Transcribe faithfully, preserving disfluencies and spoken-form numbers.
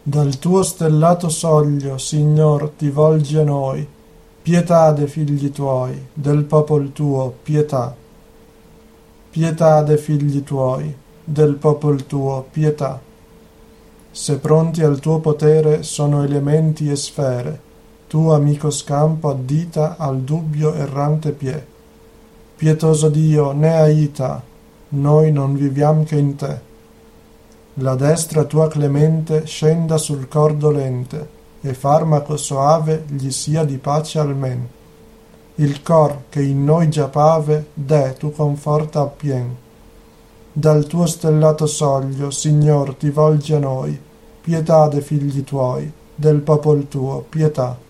Dal tuo stellato soglio, Signor, ti volgi a noi. Pietà de figli tuoi, del popol tuo, pietà. Pietà de figli tuoi, del popol tuo, pietà. Se pronti al tuo potere sono elementi e sfere, tu amico scampo addita al dubbio errante pie. Pietoso Dio, ne aita, noi non viviam che in te. La destra tua clemente scenda sul cor dolente, e farmaco soave gli sia di pace almen. Il cor che in noi già pave, de tu conforta appien. Dal tuo stellato soglio, Signor, ti volgi a noi, pietà de figli tuoi, del popol tuo, pietà.